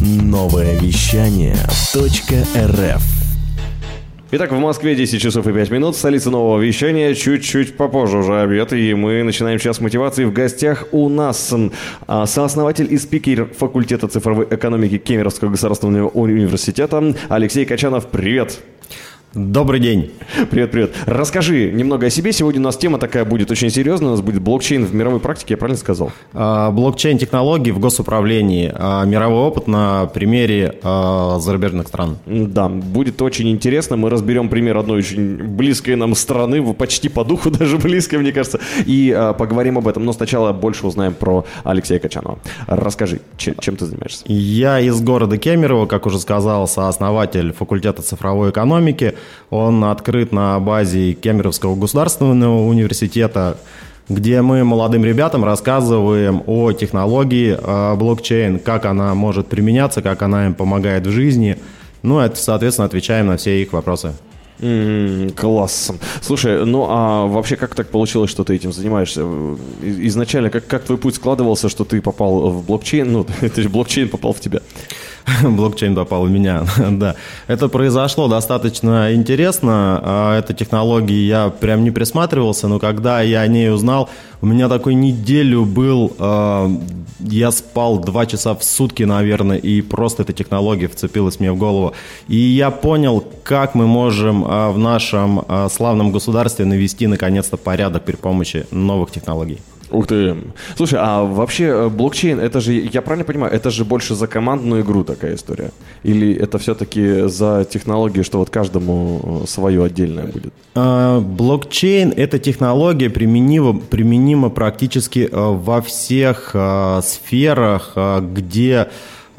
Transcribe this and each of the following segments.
Новое вещание .рф. Итак, в Москве 10 часов и 5 минут, столица нового вещания, чуть-чуть попозже уже обед, и мы начинаем час мотивации. В гостях у нас сооснователь и спикер факультета цифровой экономики Кемеровского государственного университета Алексей Качанов. Привет! Добрый день. Привет. Расскажи немного о себе. Сегодня у нас тема такая будет очень серьезная. У нас будет блокчейн в мировой практике, я правильно сказал? Блокчейн-технологии в госуправлении. Мировой опыт на примере зарубежных стран. Да, будет очень интересно. Мы разберем пример одной очень близкой нам страны, почти по духу даже близкой, мне кажется, и поговорим об этом. Но сначала больше узнаем про Алексея Качанова. Расскажи, чем ты занимаешься? Я из города Кемерово, как уже сказал, сооснователь факультета цифровой экономики. Он открыт на базе Кемеровского государственного университета, где мы молодым ребятам рассказываем о технологии блокчейн, как она может применяться, как она им помогает в жизни. Ну, это, соответственно, отвечаем на все их вопросы. Класс. Слушай, ну а вообще как так получилось, что ты этим занимаешься? Изначально как твой путь складывался, что ты попал в блокчейн? Ну, то есть блокчейн попал в тебя. Блокчейн попал в меня, да. Это произошло достаточно интересно. Этой технологии я прям не присматривался, но когда я о ней узнал, у меня такой неделю был, я спал 2 часа в сутки, наверное, и просто эта технология вцепилась мне в голову. И я понял, как мы можем в нашем славном государстве навести наконец-то порядок при помощи новых технологий. Ух ты. Слушай, а вообще блокчейн, это же, я правильно понимаю, это же больше за командную игру такая история? Или это все-таки за технологии, что вот каждому свое отдельное будет? Блокчейн – это технология, применима практически во всех сферах, где,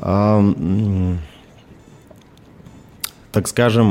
так скажем,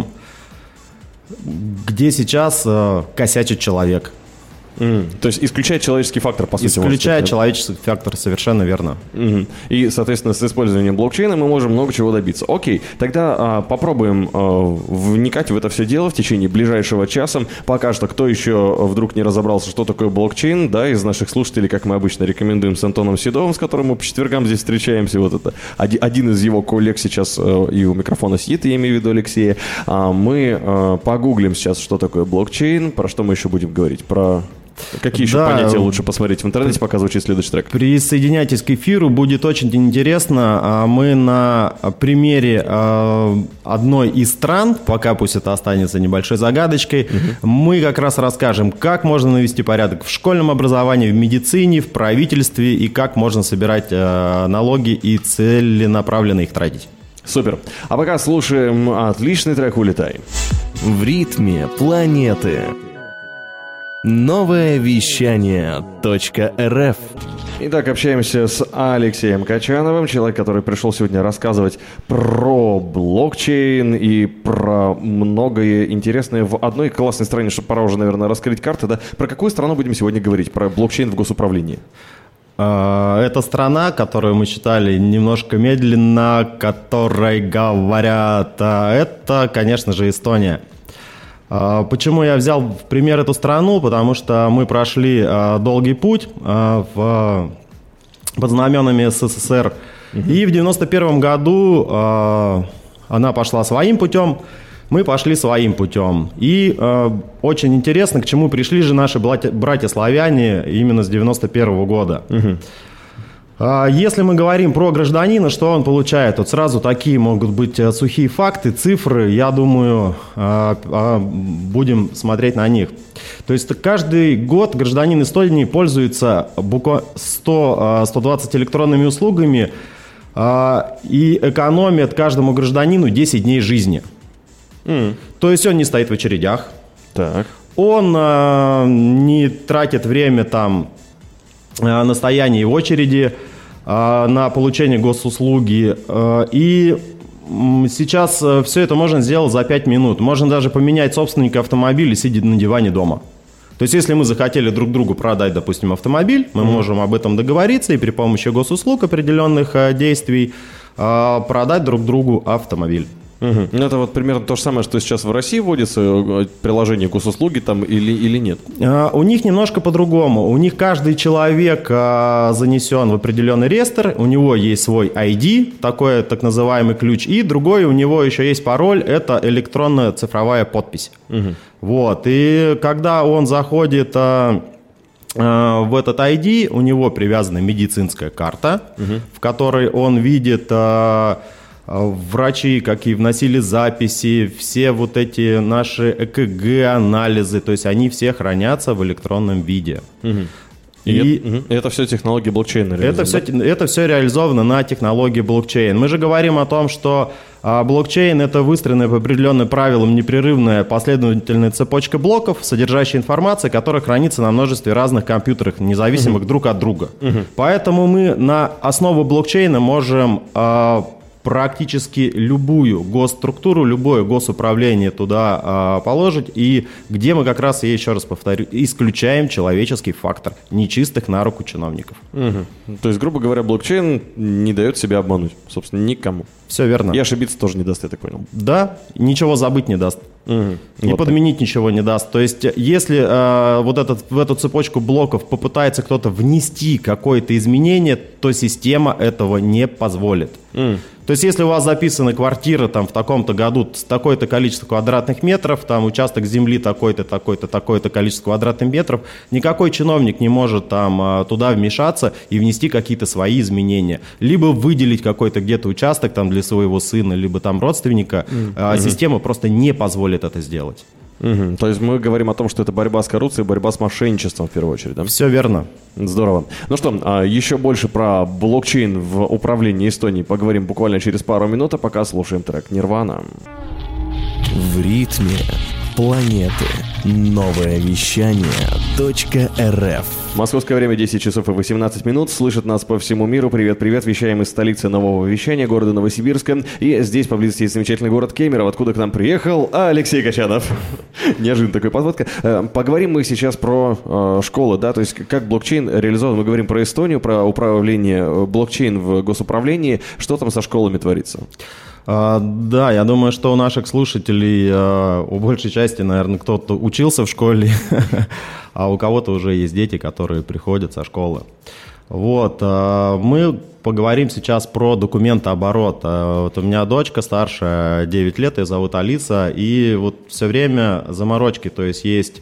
где сейчас косячит человек. То есть исключает человеческий фактор, по сути. Исключает человеческий фактор, совершенно верно. И, соответственно, с использованием блокчейна мы можем много чего добиться. Окей, тогда попробуем вникать в это все дело в течение ближайшего часа. Пока что, кто еще вдруг не разобрался, что такое блокчейн, да, из наших слушателей, как мы обычно рекомендуем, с Антоном Седовым, с которым мы по четвергам здесь встречаемся, вот это один из его коллег сейчас и у микрофона сидит, я имею в виду Алексея. Мы погуглим сейчас, что такое блокчейн, про что мы еще будем говорить, про... Какие еще понятия лучше посмотреть в интернете, пока звучит следующий трек? Присоединяйтесь к эфиру, будет очень интересно. Мы на примере одной из стран, пока пусть это останется небольшой загадочкой, мы как раз расскажем, как можно навести порядок в школьном образовании, в медицине, в правительстве и как можно собирать налоги и целенаправленно их тратить. Супер. А пока слушаем отличный трек «Улетай». В ритме планеты. Новое вещание .рф. Итак, общаемся с Алексеем Качановым, человек, который пришел сегодня рассказывать про блокчейн и про многое интересное в одной классной стране, что пора уже, наверное, раскрыть карты, да? Про какую страну будем сегодня говорить? Про блокчейн в госуправлении? Это страна, которую мы читали немножко медленно, которой говорят, это, конечно же, Эстония. Почему я взял в пример эту страну? Потому что мы прошли долгий путь под знаменами СССР. И в 91 году она пошла своим путем, мы пошли своим путем. И очень интересно, к чему пришли же наши братья-славяне именно с 91 года. Если мы говорим про гражданина, что он получает? Вот сразу такие могут быть сухие факты, цифры, я думаю, будем смотреть на них. То есть каждый год гражданин Эстонии пользуется 100-120 электронными услугами и экономит каждому гражданину 10 дней жизни. То есть он не стоит в очередях, так. Он не тратит время там на стояние в очереди, на получение госуслуги. И сейчас все это можно сделать за 5 минут. Можно даже поменять собственника автомобиля, сидя на диване дома. То есть, если мы захотели друг другу продать, допустим, автомобиль, мы можем об этом договориться и при помощи госуслуг определенных действий продать друг другу автомобиль. Ну, это вот примерно то же самое, что сейчас в России вводится, приложение госуслуги там или нет? У них немножко по-другому. У них каждый человек занесен в определенный реестр, у него есть свой ID, такой так называемый ключ, и другой у него еще есть пароль, это электронная цифровая подпись. Вот, и когда он заходит в этот ID, у него привязана медицинская карта, в которой он видит... врачи, какие вносили записи, все вот эти наши ЭКГ-анализы, то есть они все хранятся в электронном виде. И это все технологии блокчейна реализовано? Это все реализовано на технологии блокчейн. Мы же говорим о том, что блокчейн – это выстроенная по определенным правилам непрерывная последовательная цепочка блоков, содержащая информацию, которая хранится на множестве разных компьютеров, независимых друг от друга. Поэтому мы на основу блокчейна можем... практически любую госструктуру, любое госуправление туда положить, и где мы как раз, я еще раз повторю, исключаем человеческий фактор нечистых на руку чиновников. То есть, грубо говоря, блокчейн не дает себя обмануть, собственно, никому. Все верно. И ошибиться тоже не даст, я так понял. Да, ничего забыть не даст. И вот подменить так. Ничего не даст. То есть, если в эту цепочку блоков попытается кто-то внести какое-то изменение, то система этого не позволит. То есть, если у вас записана квартира там, в таком-то году с такое-то количество квадратных метров, там участок земли такой-то, такой-то, такое-то количество квадратных метров, никакой чиновник не может там туда вмешаться и внести какие-то свои изменения. Либо выделить какой-то где-то участок там, для своего сына, либо там родственника. Система просто не позволит это сделать. То есть мы говорим о том, что это борьба с коррупцией, борьба с мошенничеством в первую очередь, да? Все верно. Здорово. Ну что, еще больше про блокчейн в управлении Эстонией поговорим буквально через пару минут, а пока слушаем трек «Нирвана». В ритме планеты. Новое вещание .рф. Московское время 10 часов и 18 минут. Слышат нас по всему миру. Привет-привет. Вещаем из столицы нового вещания, города Новосибирска. И здесь поблизости есть замечательный город Кемерово, откуда к нам приехал Алексей Качанов. Неожиданно такой подводка. Поговорим мы сейчас про школы, да, то есть как блокчейн реализован. Мы говорим про Эстонию, про управление блокчейн в госуправлении. Что там со школами творится? Да, я думаю, что у наших слушателей, у большей части, наверное, кто-то учился в школе, а у кого-то уже есть дети, которые приходят со школы. Вот, мы поговорим сейчас про документооборот. Вот у меня дочка старшая, 9 лет, ее зовут Алиса, и вот все время заморочки, то есть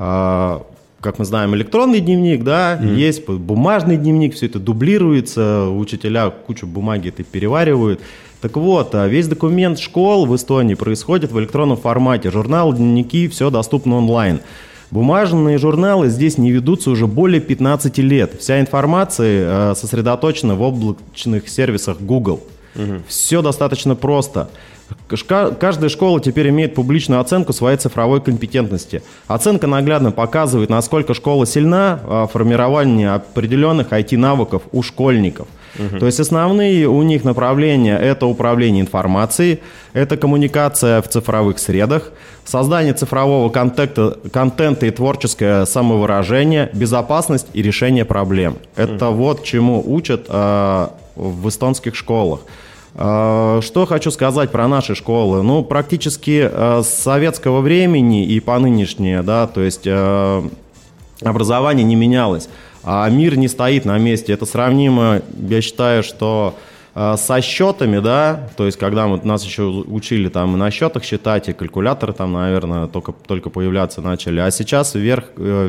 как мы знаем, электронный дневник, да, есть бумажный дневник, все это дублируется, учителя кучу бумаги это переваривают. Так вот, весь документ школ в Эстонии происходит в электронном формате. Журналы, дневники, все доступно онлайн. Бумажные журналы здесь не ведутся уже более 15 лет. Вся информация сосредоточена в облачных сервисах Google. Все достаточно просто. Каждая школа теперь имеет публичную оценку своей цифровой компетентности. Оценка наглядно показывает, насколько школа сильна в формировании определенных IT-навыков у школьников. То есть основные у них направления – это управление информацией, это коммуникация в цифровых средах, создание цифрового контента и творческое самовыражение, безопасность и решение проблем. Это вот чему учат в эстонских школах. Что хочу сказать про наши школы. Ну, практически с советского времени и по нынешнее, да, то есть образование не менялось. А мир не стоит на месте. Это сравнимо, я считаю, что со счетами, да, то есть когда нас еще учили там и на счетах считать, и калькуляторы там, наверное, только появляться начали. А сейчас век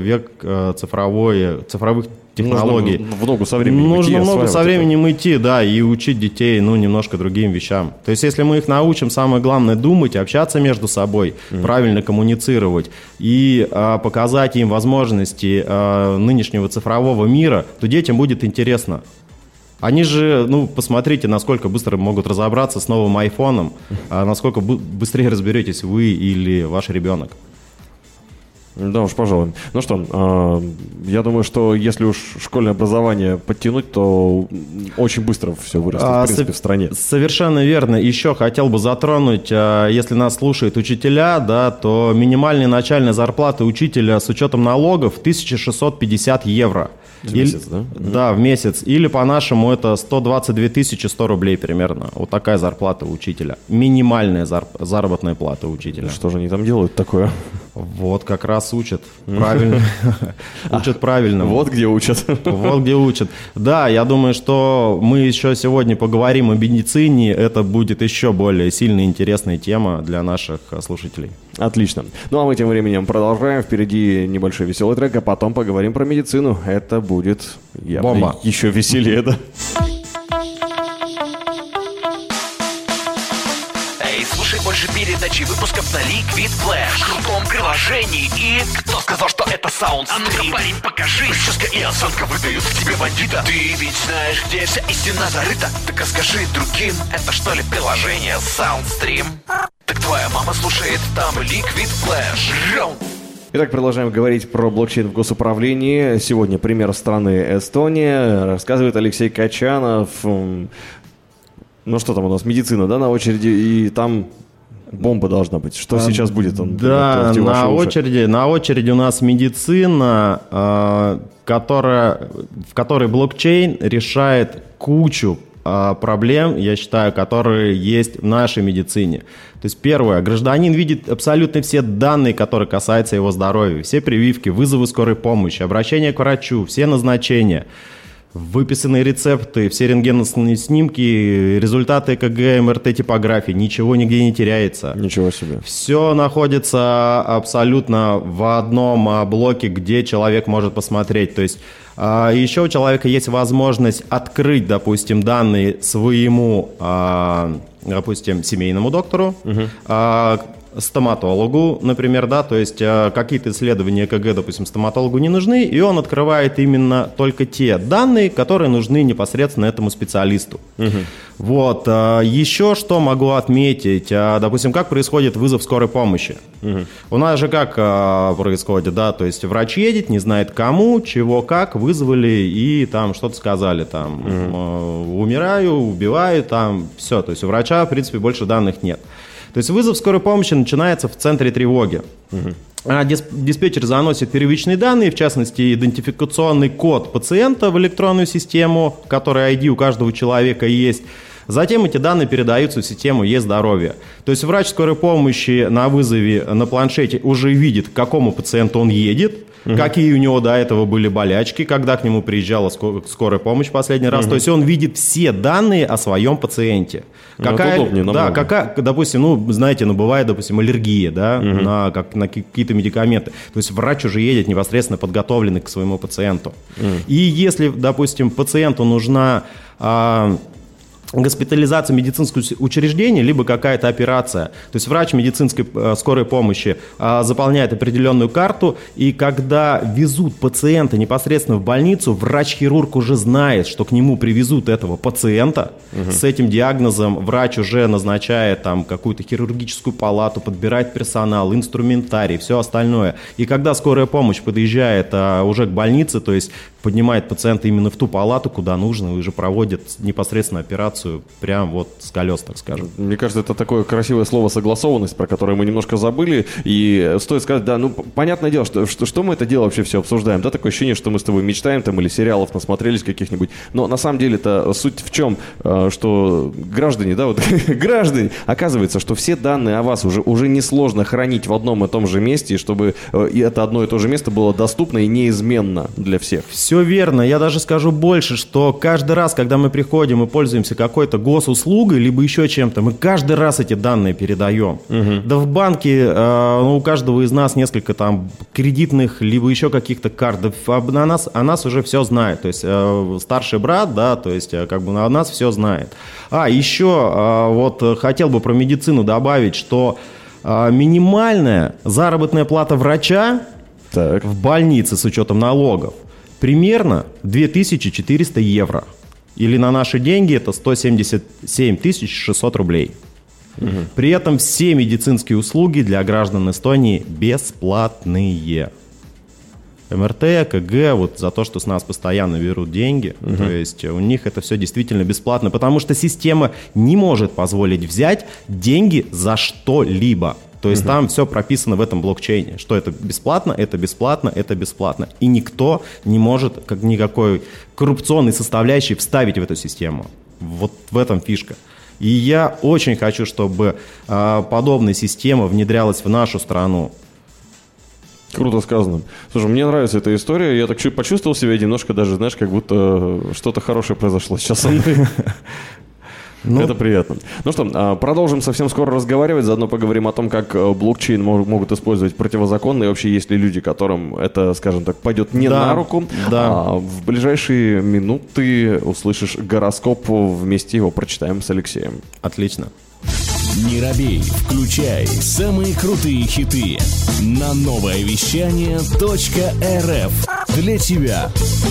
цифровых технологий. Нужно много со временем Нужно много со временем идти, да, и учить детей, немножко другим вещам. То есть если мы их научим, самое главное, думать, общаться между собой, правильно коммуницировать и показать им возможности нынешнего цифрового мира, то детям будет интересно. Они же, посмотрите, насколько быстро могут разобраться с новым айфоном, насколько быстрее разберетесь вы или ваш ребенок. Да уж, пожалуй. Ну что, я думаю, что если уж школьное образование подтянуть, то очень быстро все вырастет, в принципе, в стране. Совершенно верно. Еще хотел бы затронуть, если нас слушают учителя, да, то минимальная начальная зарплата учителя с учетом налогов 1650 евро. В месяц, да? Да, в месяц. Или по-нашему это 122 100 рублей примерно. Вот такая зарплата у учителя. Минимальная заработная плата у учителя. Что же они там делают такое? Вот как раз учат. Правильно. Учат правильно. Вот где учат. Вот где учат. Да, я думаю, что мы еще сегодня поговорим о медицине. Это будет еще более сильная и интересная тема для наших слушателей. Отлично. Ну а мы тем временем продолжаем. Впереди небольшой веселый трек, а потом поговорим про медицину. Это будет бомба. Еще веселее, да? Эй, слушай больше передачи выпусков на Liquid Flash в крутом приложении. И кто сказал, что это Soundstream? А ну-ка, парень, покажи. Прическа и осанка выдают в тебе бандита. Ты ведь знаешь, где вся истина зарыта. Так расскажи другим, это что ли приложение Soundstream? Так твоя мама слушает там Liquid Flash. Итак, продолжаем говорить про блокчейн в госуправлении. Сегодня пример страны Эстония. Рассказывает Алексей Качанов. Ну что там у нас, медицина, да, на очереди, и там бомба должна быть. Что сейчас будет? Да, на очереди у нас медицина, в которой блокчейн решает кучу проблем, я считаю, которые есть в нашей медицине. То есть первое, гражданин видит абсолютно все данные, которые касаются его здоровья, все прививки, вызовы скорой помощи, обращение к врачу, все назначения, выписанные рецепты, все рентгеновские снимки, результаты ЭКГ, МРТ, типографии, ничего нигде не теряется. Ничего себе. Все находится абсолютно в одном блоке, где человек может посмотреть. То есть еще у человека есть возможность открыть, допустим, данные своему, допустим, семейному доктору, стоматологу, например, да, то есть какие-то исследования ЭКГ, допустим, стоматологу не нужны, и он открывает именно только те данные, которые нужны непосредственно этому специалисту. Вот, еще что могу отметить, допустим, как происходит вызов скорой помощи. У нас же как происходит, да, то есть врач едет, не знает кому, чего, как, вызвали и там что-то сказали, там, умираю, убиваю, там, все, то есть у врача, в принципе, больше данных нет. То есть вызов скорой помощи начинается в центре тревоги. Диспетчер заносит первичные данные, в частности, идентификационный код пациента в электронную систему, в которой ID у каждого человека есть. Затем эти данные передаются в систему Е-здоровье. То есть врач скорой помощи на вызове на планшете уже видит, к какому пациенту он едет, какие у него до этого были болячки, когда к нему приезжала скорая помощь в последний раз. То есть он видит все данные о своем пациенте. Допустим, ну, знаете, бывает, допустим, аллергия, да, на какие-то медикаменты. То есть врач уже едет непосредственно подготовленный к своему пациенту. И если, допустим, пациенту нужна госпитализация медицинского учреждения, либо какая-то операция. То есть врач медицинской скорой помощи заполняет определенную карту, и когда везут пациента непосредственно в больницу, врач-хирург уже знает, что к нему привезут этого пациента. С этим диагнозом врач уже назначает там какую-то хирургическую палату, подбирает персонал, инструментарий, все остальное. И когда скорая помощь подъезжает уже к больнице, то есть поднимает пациента именно в ту палату, куда нужно, и уже проводит непосредственно операцию прям вот с колес, так скажем. Мне кажется, это такое красивое слово «согласованность», про которое мы немножко забыли. И стоит сказать, да, ну, понятное дело, что мы это дело вообще все обсуждаем. Да, такое ощущение, что мы с тобой мечтаем там или сериалов насмотрелись каких-нибудь. Но на самом деле-то суть в чем, что граждане, да, вот граждане, оказывается, что все данные о вас уже несложно хранить в одном и том же месте, и чтобы это одно и то же место было доступно и неизменно для всех. Все верно. Я даже скажу больше, что каждый раз, когда мы приходим и пользуемся какой-то госуслугой, либо еще чем-то, мы каждый раз эти данные передаем. Да в банке у каждого из нас несколько там кредитных, либо еще каких-то карт. О нас уже все знает. То есть старший брат, да, то есть как бы о нас все знает. Еще вот хотел бы про медицину добавить, что минимальная заработная плата врача в больнице с учетом налогов примерно 2400 евро. Или на наши деньги это 177 600 рублей. При этом все медицинские услуги для граждан Эстонии бесплатные. МРТ, ЭКГ, вот за то, что с нас постоянно берут деньги, то есть у них это все действительно бесплатно, потому что система не может позволить взять деньги за что-либо. То есть там все прописано в этом блокчейне, что это бесплатно, это бесплатно, это бесплатно. И никто не может как никакой коррупционной составляющей вставить в эту систему. Вот в этом фишка. И я очень хочу, чтобы подобная система внедрялась в нашу страну. Круто сказано. Слушай, мне нравится эта история. Я так чуть почувствовал себя немножко даже, знаешь, как будто что-то хорошее произошло сейчас со мной. Это приятно. Ну что, продолжим совсем скоро разговаривать. Заодно поговорим о том, как блокчейн могут использовать противозаконно. И вообще, есть ли люди, которым это, скажем так, пойдет не на руку. Да. В ближайшие минуты услышишь гороскоп. Вместе его прочитаем с Алексеем. Отлично. Не робей, включай самые крутые хиты на новое вещание .рф для тебя.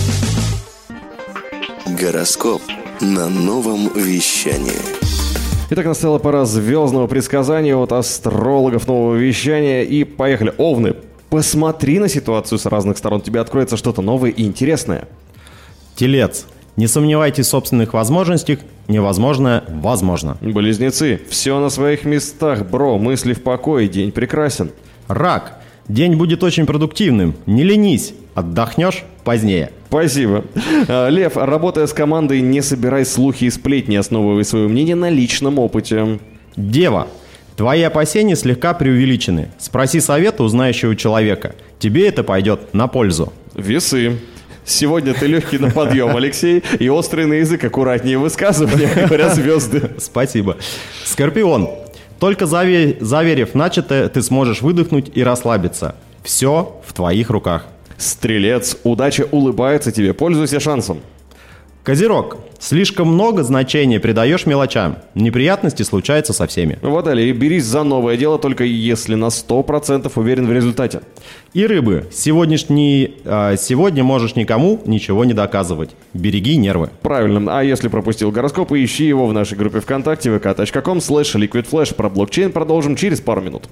Гороскоп на новом вещании. Итак, настала пора звездного предсказания от астрологов нового вещания. И поехали. Овны, посмотри на ситуацию с разных сторон. Тебе откроется что-то новое и интересное. Телец. Не сомневайтесь в собственных возможностях. Невозможное возможно. Близнецы, все на своих местах, бро. Мысли в покое, день прекрасен. Рак. День будет очень продуктивным. Не ленись. Отдохнешь позднее. Спасибо. Лев, работая с командой, не собирай слухи и сплетни, основывай свое мнение на личном опыте. Дева. Твои опасения слегка преувеличены. Спроси совета у знающего человека. Тебе это пойдет на пользу. Весы. Сегодня ты легкий на подъем, Алексей, и острый на язык, аккуратнее высказывания, говорят звезды. Спасибо. Скорпион. Только заверив начатое, ты сможешь выдохнуть и расслабиться. Все в твоих руках. Стрелец, удача улыбается тебе, пользуйся шансом. Козерог. Слишком много значения придаешь мелочам. Неприятности случаются со всеми. Водолей, берись за новое дело, только если на 100% уверен в результате. И рыбы. Сегодня можешь никому ничего не доказывать. Береги нервы. Правильно. А если пропустил гороскоп, ищи его в нашей группе ВКонтакте vk.com/liquidflash. Про блокчейн продолжим через пару минут.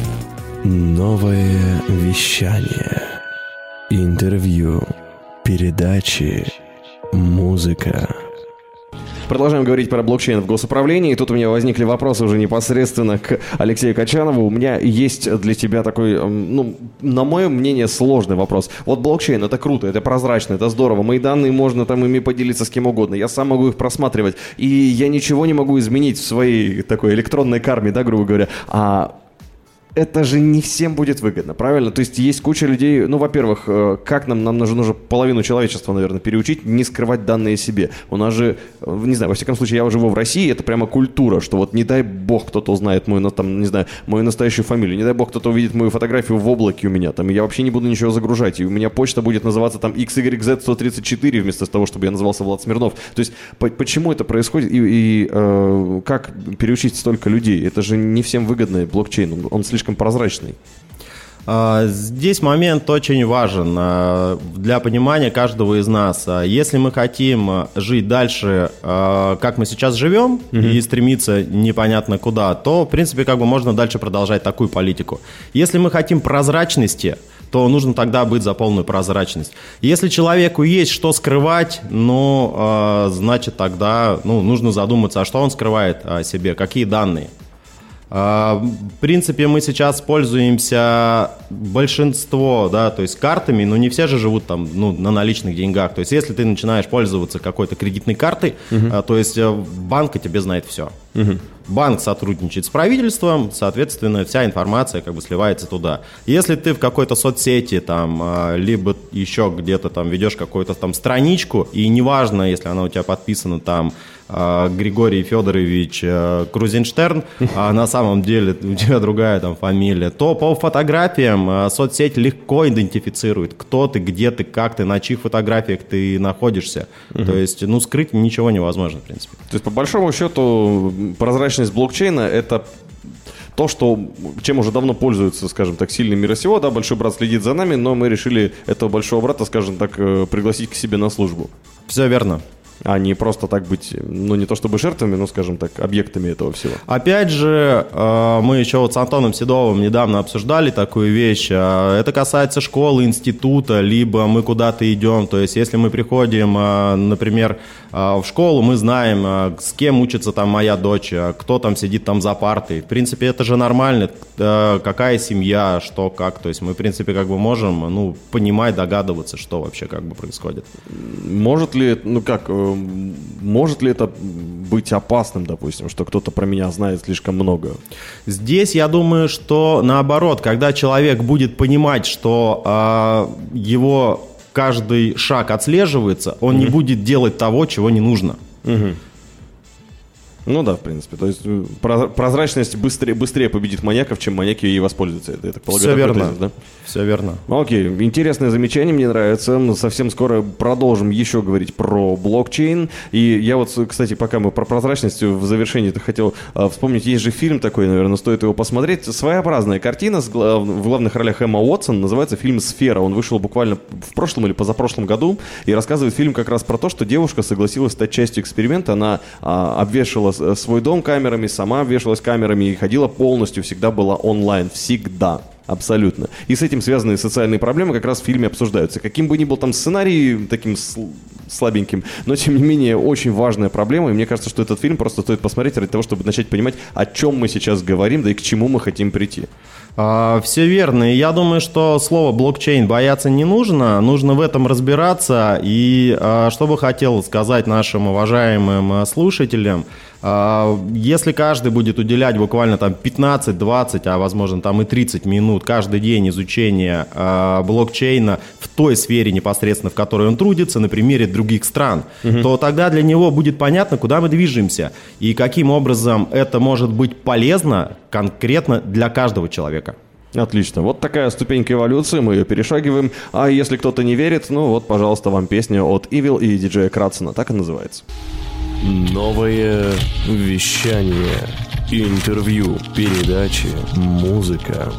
Новое вещание. Интервью. Передачи. Музыка. Продолжаем говорить про блокчейн в госуправлении. И тут у меня возникли вопросы уже непосредственно к Алексею Качанову. У меня есть для тебя такой, на мое мнение, сложный вопрос. Вот блокчейн — это круто, это прозрачно, это здорово. Мои данные можно там ими поделиться с кем угодно. Я сам могу их просматривать. И я ничего не могу изменить в своей такой электронной карме, да, грубо говоря. Это же не всем будет выгодно, правильно? То есть есть куча людей, во-первых, как нам нужно половину человечества, наверное, переучить, не скрывать данные себе. У нас же, не знаю, во всяком случае, я живу в России, это прямо культура, что вот не дай бог кто-то узнает мою настоящую фамилию, не дай бог кто-то увидит мою фотографию в облаке у меня, там, и я вообще не буду ничего загружать, и у меня почта будет называться там XYZ134 вместо того, чтобы я назывался Влад Смирнов. То есть почему это происходит и как переучить столько людей? Это же не всем выгодно, блокчейн, он слишком прозрачный. Здесь момент очень важен для понимания каждого из нас. Если мы хотим жить дальше, как мы сейчас живем, и стремиться непонятно куда, то, в принципе, можно дальше продолжать такую политику. Если мы хотим прозрачности, то нужно тогда быть за полную прозрачность. Если человеку есть что скрывать, значит тогда нужно задуматься, а что он скрывает о себе, какие данные. В принципе, мы сейчас пользуемся большинство, то есть картами, но не все же живут там, на наличных деньгах. То есть, если ты начинаешь пользоваться какой-то кредитной картой, то есть банк о тебе знает все. Банк сотрудничает с правительством, соответственно, вся информация сливается туда. Если ты в какой-то соцсети, либо еще где-то ведешь какую-то страничку, и неважно, если она у тебя подписана Григорий Федорович Крузенштерн, а на самом деле у тебя другая фамилия, то по фотографиям соцсеть легко идентифицирует, кто ты, где ты, как ты, на чьих фотографиях ты находишься. То есть, скрыть ничего невозможно, в принципе. То есть, по большому счету, прозрачность блокчейна — это то, чем уже давно пользуются, скажем так, сильный мира сего, да, большой брат следит за нами, но мы решили этого большого брата, скажем так, пригласить к себе на службу. Все верно. а не просто так быть, ну, не то чтобы жертвами, но, скажем так, объектами этого всего. Опять же, мы еще вот с Антоном Седовым недавно обсуждали такую вещь. Это касается школы, института, либо мы куда-то идем. То есть, если мы приходим, например, в школу, мы знаем, с кем учится там моя дочь, кто там сидит там за партой. В принципе, это же нормально. Какая семья, что, как. То есть, мы, в принципе, как бы можем, ну, понимать, догадываться, что вообще как бы происходит. Может ли, ну как, может ли это быть опасным, допустим, что кто-то про меня знает слишком много? Здесь я думаю, что наоборот, когда человек будет понимать, что его каждый шаг отслеживается, он не будет делать того, чего не нужно. Ну да, в принципе. То есть прозрачность быстрее победит маньяков, чем маньяки ей воспользуются. Это, я так полагаю, все верно. Тезис, да? Все верно. Окей, интересное замечание, мне нравится. Мы совсем скоро продолжим еще говорить про блокчейн. И я вот, кстати, пока мы про прозрачность в завершении-то хотел вспомнить. Есть же фильм такой, наверное, стоит его посмотреть. Своеобразная картина в главных ролях Эмма Уотсон. Называется фильм «Сфера». Он вышел буквально в прошлом или позапрошлом году. И рассказывает фильм как раз про то, что девушка согласилась стать частью эксперимента. Она обвешала свой дом камерами, сама обвешалась камерами и ходила полностью, всегда была онлайн. Всегда. Абсолютно. И с этим связанные социальные проблемы как раз в фильме обсуждаются. Каким бы ни был там сценарий таким слабеньким, но тем не менее очень важная проблема. И мне кажется, что этот фильм просто стоит посмотреть ради того, чтобы начать понимать, о чем мы сейчас говорим, да и к чему мы хотим прийти. Все верно. И я думаю, что слово блокчейн бояться не нужно. Нужно в этом разбираться. И что бы хотел сказать нашим уважаемым слушателям, если каждый будет уделять буквально там 15-20, а возможно там и 30 минут каждый день изучения блокчейна в той сфере непосредственно, в которой он трудится, на примере других стран, то тогда для него будет понятно, куда мы движемся и каким образом это может быть полезно конкретно для каждого человека. Отлично. Вот такая ступенька эволюции, мы ее перешагиваем. А если кто-то не верит, ну вот, пожалуйста, вам песня от Evil и диджея Кратсона. Так и называется. Новое вещание, интервью, передачи, музыка.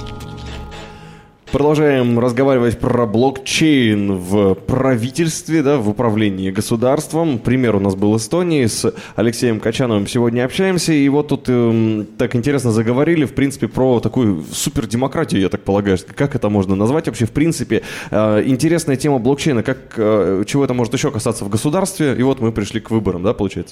Продолжаем разговаривать про блокчейн в правительстве, да, в управлении государством. Пример у нас был Эстонии, с Алексеем Качановым сегодня общаемся. И вот тут так интересно заговорили, в принципе, про такую супердемократию, я так полагаю. Как это можно назвать вообще, в принципе? Интересная тема блокчейна, чего это может еще касаться в государстве. И вот мы пришли к выборам, да, получается?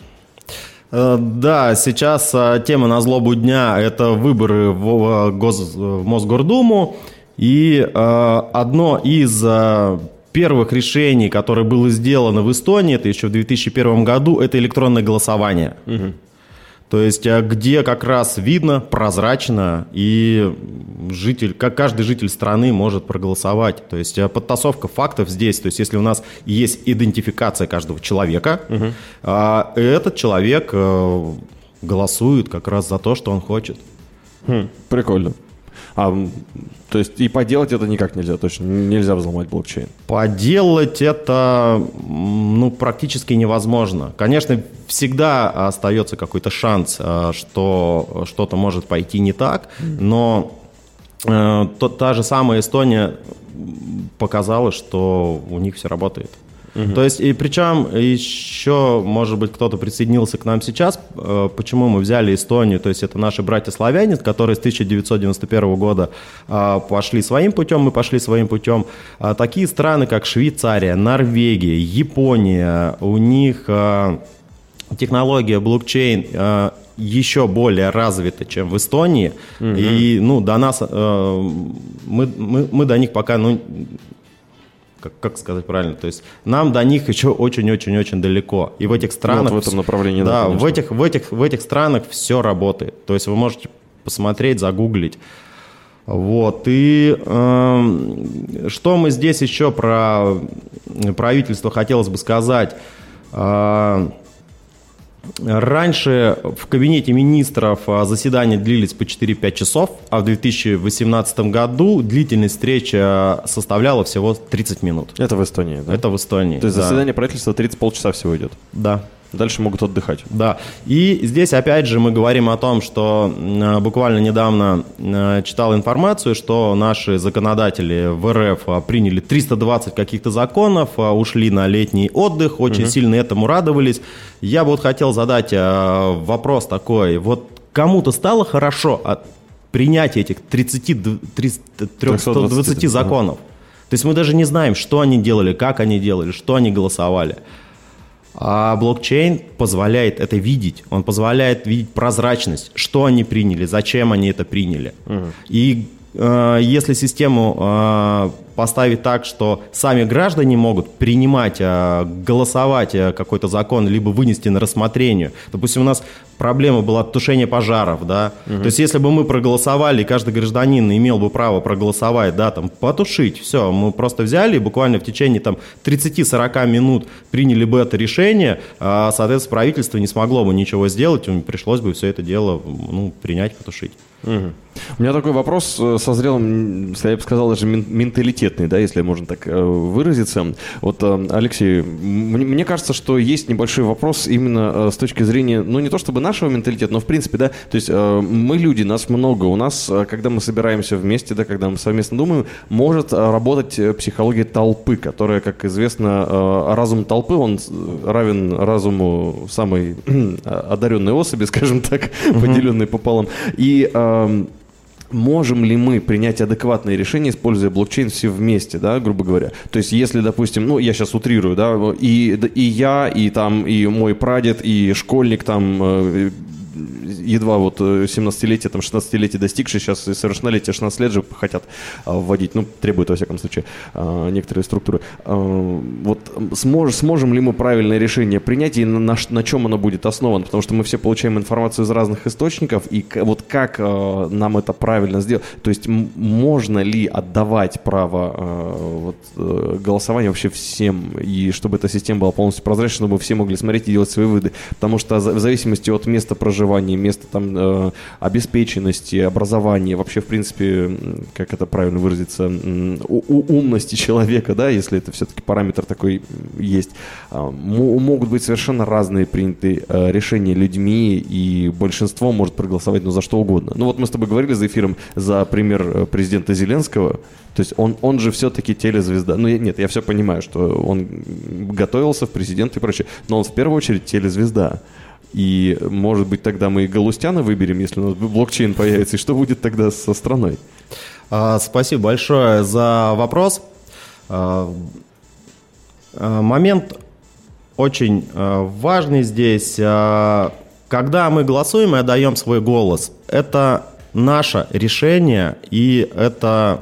Да, сейчас тема на злобу дня – это выборы в Мосгордуму. И одно из первых решений, которое было сделано в Эстонии, это еще в 2001 году, это электронное голосование. То есть, где как раз видно, прозрачно, и каждый житель страны может проголосовать. То есть, подтасовка фактов здесь. То есть, если у нас есть идентификация каждого человека, этот человек голосует как раз за то, что он хочет. Прикольно. То есть и поделать это никак нельзя, точно нельзя взломать блокчейн. Поделать это практически невозможно. Конечно, всегда остается какой-то шанс, что что-то может пойти не так, но та же самая Эстония показала, что у них все работает. То есть, и причем еще, может быть, кто-то присоединился к нам сейчас, почему мы взяли Эстонию, то есть это наши братья-славяне, которые с 1991 года пошли своим путем, мы пошли своим путем. Такие страны, как Швейцария, Норвегия, Япония, у них технология блокчейн еще более развита, чем в Эстонии, и до нас, мы до них пока, как сказать правильно, то есть нам до них еще очень-очень-очень далеко. И в этих странах... в этом направлении, да, в этих странах все работает. То есть вы можете посмотреть, загуглить. Вот. И что мы здесь еще про правительство хотелось бы сказать. Раньше в кабинете министров заседания длились по 4-5 часов, а в 2018 году длительность встречи составляла всего 30 минут. Это в Эстонии, да? Это в Эстонии. То есть заседание правительства 30 полчаса всего идет? Да. Дальше могут отдыхать. Да, и здесь опять же мы говорим о том, что буквально недавно читал информацию, что наши законодатели в РФ приняли 320 каких-то законов, ушли на летний отдых, очень сильно этому радовались. Я бы вот хотел задать вопрос такой, вот кому-то стало хорошо от принятия этих 320 законов? То есть мы даже не знаем, что они делали, как они делали, что они голосовали. А блокчейн позволяет это видеть, он позволяет видеть прозрачность, что они приняли, зачем они это приняли. И если систему поставить так, что сами граждане могут принимать, голосовать какой-то закон, либо вынести на рассмотрение. Допустим, у нас проблема была тушение пожаров, да. То есть, если бы мы проголосовали, и каждый гражданин имел бы право проголосовать, да, там, потушить, все, мы просто взяли и буквально в течение там 30-40 минут приняли бы это решение, соответственно, правительство не смогло бы ничего сделать, пришлось бы все это дело, принять, потушить. У меня такой вопрос созрел, я бы сказал, даже менталитетный, да, если можно так выразиться. Вот, Алексей, мне кажется, что есть небольшой вопрос именно с точки зрения, не то чтобы нашего менталитета, но в принципе, да, то есть мы люди, нас много, у нас, когда мы собираемся вместе, да, когда мы совместно думаем, может работать психология толпы, которая, как известно, разум толпы, он равен разуму самой одаренной особи, скажем так, поделенной пополам. И можем ли мы принять адекватное решение, используя блокчейн все вместе, да, грубо говоря? То есть, если, допустим, я сейчас утрирую, да, и я, и мой прадед, и школьник там едва вот 17-летие, там 16-летие достигший, сейчас совершеннолетие 16 лет же хотят вводить, требуют, во всяком случае, некоторые структуры. Вот сможем ли мы правильное решение принять и на чем оно будет основано? Потому что мы все получаем информацию из разных источников, и вот как нам это правильно сделать? То есть можно ли отдавать право голосования вообще всем, и чтобы эта система была полностью прозрачной, чтобы все могли смотреть и делать свои выводы? Потому что в зависимости от места проживания, место там обеспеченности, образования, вообще, в принципе, как это правильно выразиться, умности человека, да, если это все-таки параметр такой есть, могут быть совершенно разные принятые решения людьми, и большинство может проголосовать, за что угодно. Вот мы с тобой говорили за эфиром за пример президента Зеленского, то есть он же все-таки телезвезда. Нет, я все понимаю, что он готовился в президенты и прочее, но он в первую очередь телезвезда. И, может быть, тогда мы и Галустяна выберем, если у нас блокчейн появится, и что будет тогда со страной? Спасибо большое за вопрос. Момент очень важный здесь. Когда мы голосуем и отдаем свой голос, это наше решение, и это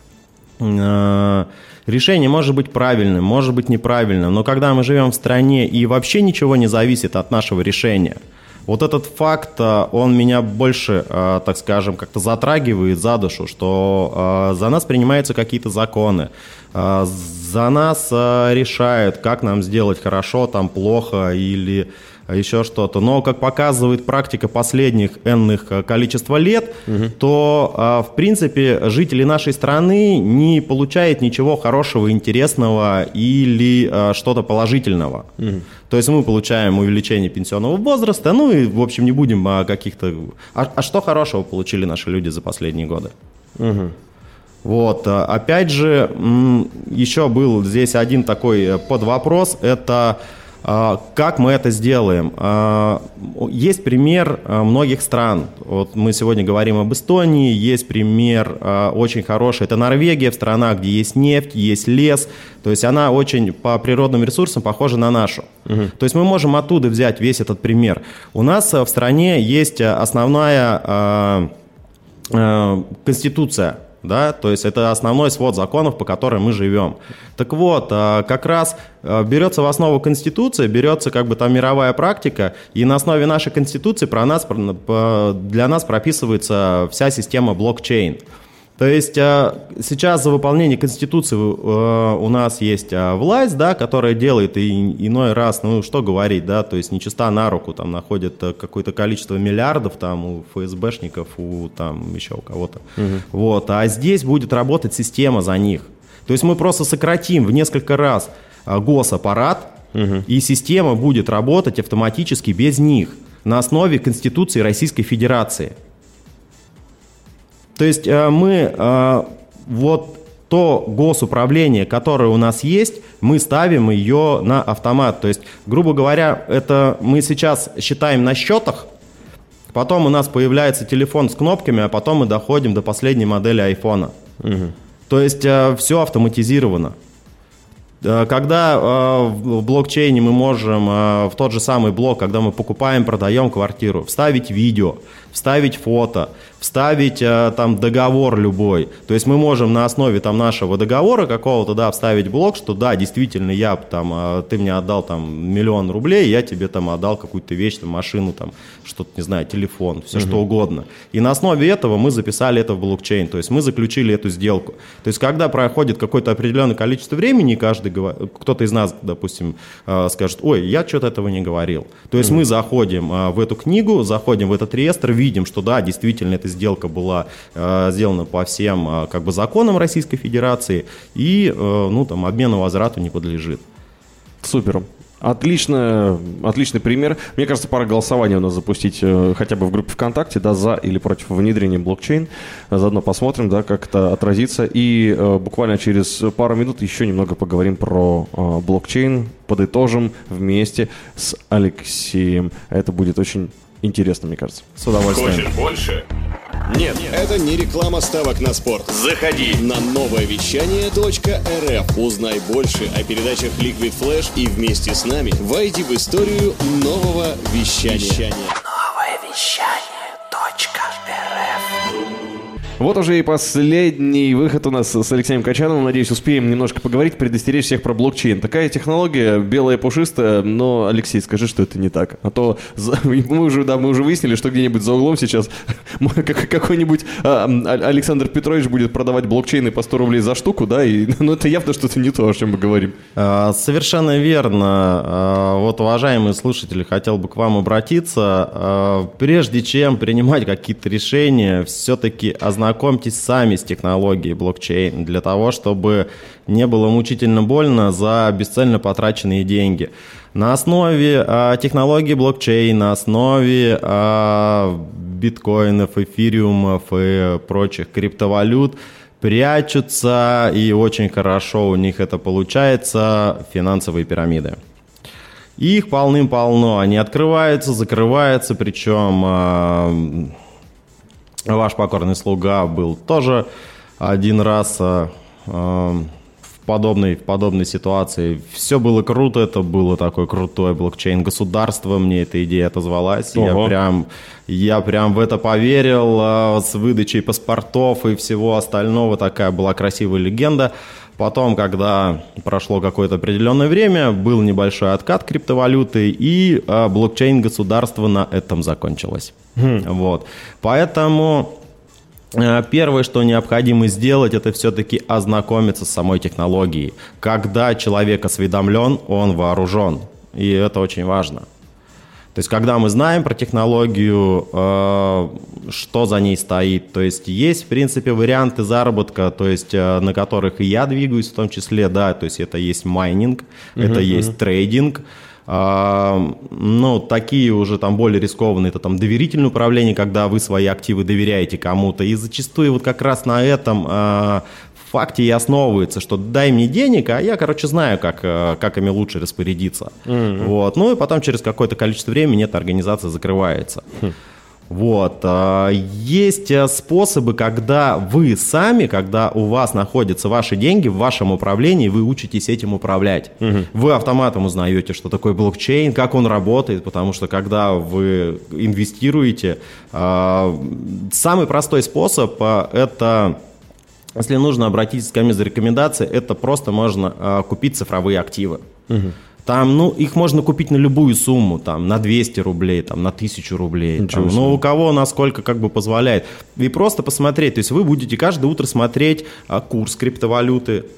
решение может быть правильным, может быть неправильным, но когда мы живем в стране и вообще ничего не зависит от нашего решения, вот этот факт, он меня больше, так скажем, как-то затрагивает за душу, что за нас принимаются какие-то законы, за нас решают, как нам сделать хорошо, там плохо или еще что-то. Но, как показывает практика последних энных количества лет, то, в принципе, жители нашей страны не получают ничего хорошего, интересного или что-то положительного. То есть мы получаем увеличение пенсионного возраста, и, в общем, не будем о каких-то... А что хорошего получили наши люди за последние годы? Вот, опять же, еще был здесь один такой подвопрос, это... Как мы это сделаем? Есть пример многих стран. Вот мы сегодня говорим об Эстонии, есть пример очень хороший. Это Норвегия, страна, где есть нефть, есть лес. То есть она очень по природным ресурсам похожа на нашу. То есть мы можем оттуда взять весь этот пример. У нас в стране есть основная конституция. Да, то есть это основной свод законов, по которым мы живем. Так вот, как раз берется в основу Конституция, берется как бы там мировая практика, и на основе нашей Конституции для нас прописывается вся система блокчейн. То есть сейчас за выполнение Конституции у нас есть власть, да, которая делает и иной раз, что говорить, да, то есть нечиста на руку, там находят какое-то количество миллиардов там у ФСБшников, там еще у кого-то. Вот, а здесь будет работать система за них. То есть мы просто сократим в несколько раз госаппарат, И система будет работать автоматически без них на основе Конституции Российской Федерации. То есть мы вот то госуправление, которое у нас есть, мы ставим ее на автомат. То есть, грубо говоря, это мы сейчас считаем на счетах, потом у нас появляется телефон с кнопками, а потом мы доходим до последней модели айфона. То есть все автоматизировано. Когда в блокчейне мы можем в тот же самый блок, когда мы покупаем, продаем квартиру, вставить видео, вставить фото, вставить там договор любой. То есть мы можем на основе там нашего договора какого-то, да, вставить блок, что да, действительно, я там, ты мне отдал там 1 000 000 рублей, я тебе там отдал какую-то вещь, там, машину, там, что-то, не знаю, телефон, все что угодно. И на основе этого мы записали это в блокчейн, то есть мы заключили эту сделку. То есть когда проходит какое-то определенное количество времени, кто-то из нас, допустим, скажет, ой, я что-то этого не говорил. То есть мы заходим в эту книгу, заходим в этот реестр, видим, что да, действительно, эта сделка была сделана по всем как бы законам Российской Федерации и ну, там, обмену возврату не подлежит. Супер. Отличный пример. Мне кажется, пора голосование у нас запустить хотя бы в группе ВКонтакте, да, за или против внедрения блокчейн. Заодно посмотрим, да, как это отразится. И буквально через пару минут еще немного поговорим про блокчейн, подытожим вместе с Алексеем. Это будет очень интересно, мне кажется. С удовольствием. Хочешь больше? Нет, это не реклама ставок на спорт. Заходи на нововещание.рф. Узнай больше о передачах Liquid Flash и вместе с нами войди в историю нового вещания. Новое вещание.рф. Вот уже и последний выход у нас с Алексеем Качановым. Надеюсь, успеем немножко поговорить, предостеречь всех про блокчейн. Такая технология, белая пушистая, но, Алексей, скажи, что это не так. А то мы уже выяснили, что где-нибудь за углом сейчас какой-нибудь Александр Петрович будет продавать блокчейны по 100 рублей за штуку, да, но это явно что-то не то, о чем мы говорим. Совершенно верно. Вот, уважаемые слушатели, хотел бы к вам обратиться. Прежде чем принимать какие-то решения, все-таки ознакомьтесь сами с технологией блокчейн для того, чтобы не было мучительно больно за бесцельно потраченные деньги. На основе технологии блокчейн, на основе биткоинов, эфириумов и прочих криптовалют прячутся, и очень хорошо у них это получается, финансовые пирамиды. Их полным-полно, они открываются, закрываются, причем ваш покорный слуга был тоже один раз в подобной ситуации. Все было круто, это было такое крутое блокчейн-государство, мне эта идея отозвалась. Я прям в это поверил, с выдачей паспортов и всего остального. Такая была красивая легенда. Потом, когда прошло какое-то определенное время, был небольшой откат криптовалюты, и блокчейн-государство на этом закончилось. Вот. Поэтому первое, что необходимо сделать, это все-таки ознакомиться с самой технологией. Когда человек осведомлен, он вооружен. И это очень важно. То есть, когда мы знаем про технологию, что за ней стоит, то есть, есть, в принципе, варианты заработка, то есть, на которых и я двигаюсь в том числе, да, то есть, это есть майнинг, это есть трейдинг, ну, такие уже там более рискованные, это там доверительное управление, когда вы свои активы доверяете кому-то, и зачастую вот как раз на этом факте и основывается, что дай мне денег, а я, короче, знаю, как ими лучше распорядиться. Вот. Ну и потом через какое-то количество времени эта организация закрывается. Вот. Есть способы, когда вы сами, когда у вас находятся ваши деньги в вашем управлении, вы учитесь этим управлять. Вы автоматом узнаете, что такое блокчейн, как он работает, потому что когда вы инвестируете, самый простой способ это... Если нужно, обратитесь ко мне за рекомендацией, это просто можно купить цифровые активы. Там, ну, их можно купить на любую сумму, там, на 200 рублей, там, на 1000 рублей. Там, ну, у кого насколько как бы позволяет. И просто посмотреть, то есть вы будете каждое утро смотреть курс криптовалюты,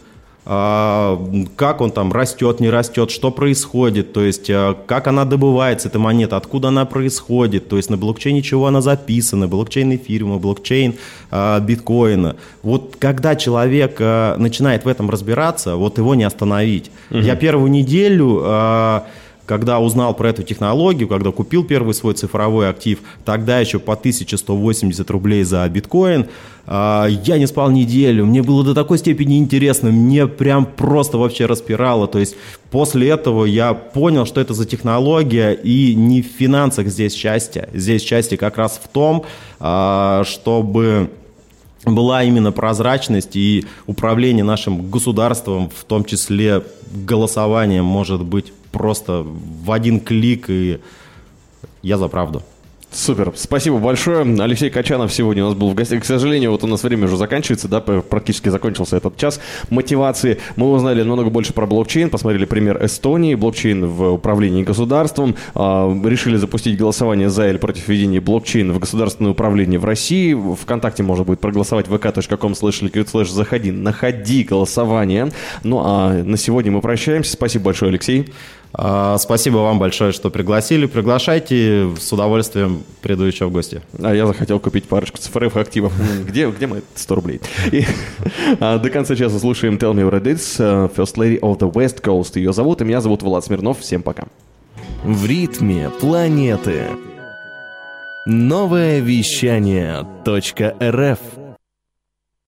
как он там растет, не растет, что происходит, то есть как она добывается, эта монета, откуда она происходит, то есть на блокчейне чего она записана, блокчейн эфириума, блокчейн биткоина. Вот когда человек начинает в этом разбираться, вот его не остановить. Я первую неделю... Когда узнал про эту технологию, когда купил первый свой цифровой актив, тогда еще по 1180 рублей за биткоин, я не спал неделю, мне было до такой степени интересно, мне прям просто вообще распирало. То есть после этого я понял, что это за технология, и не в финансах здесь счастье. Здесь счастье как раз в том, чтобы... была именно прозрачность и управление нашим государством, в том числе голосованием, может быть просто в один клик, и я за правду. Супер, спасибо большое. Алексей Качанов сегодня у нас был в гостях. К сожалению, вот у нас время уже заканчивается, да, практически закончился этот час мотивации. Мы узнали намного больше про блокчейн, посмотрели пример Эстонии, блокчейн в управлении государством, решили запустить голосование за или против введения блокчейна в государственное управление в России. ВКонтакте можно будет проголосовать vk.com/liquidflash, заходи, находи голосование. Ну а на сегодня мы прощаемся. Спасибо большое, Алексей. Спасибо вам большое, что пригласили. Приглашайте, с удовольствием приду еще в гости. А я захотел купить парочку цифровых активов. Где мои 100 рублей? И до конца часа слушаем Tell Me What It Is, First Lady of the West Coast. Ее зовут, и меня зовут Влад Смирнов. Всем пока. В ритме планеты. Новое вещание .рф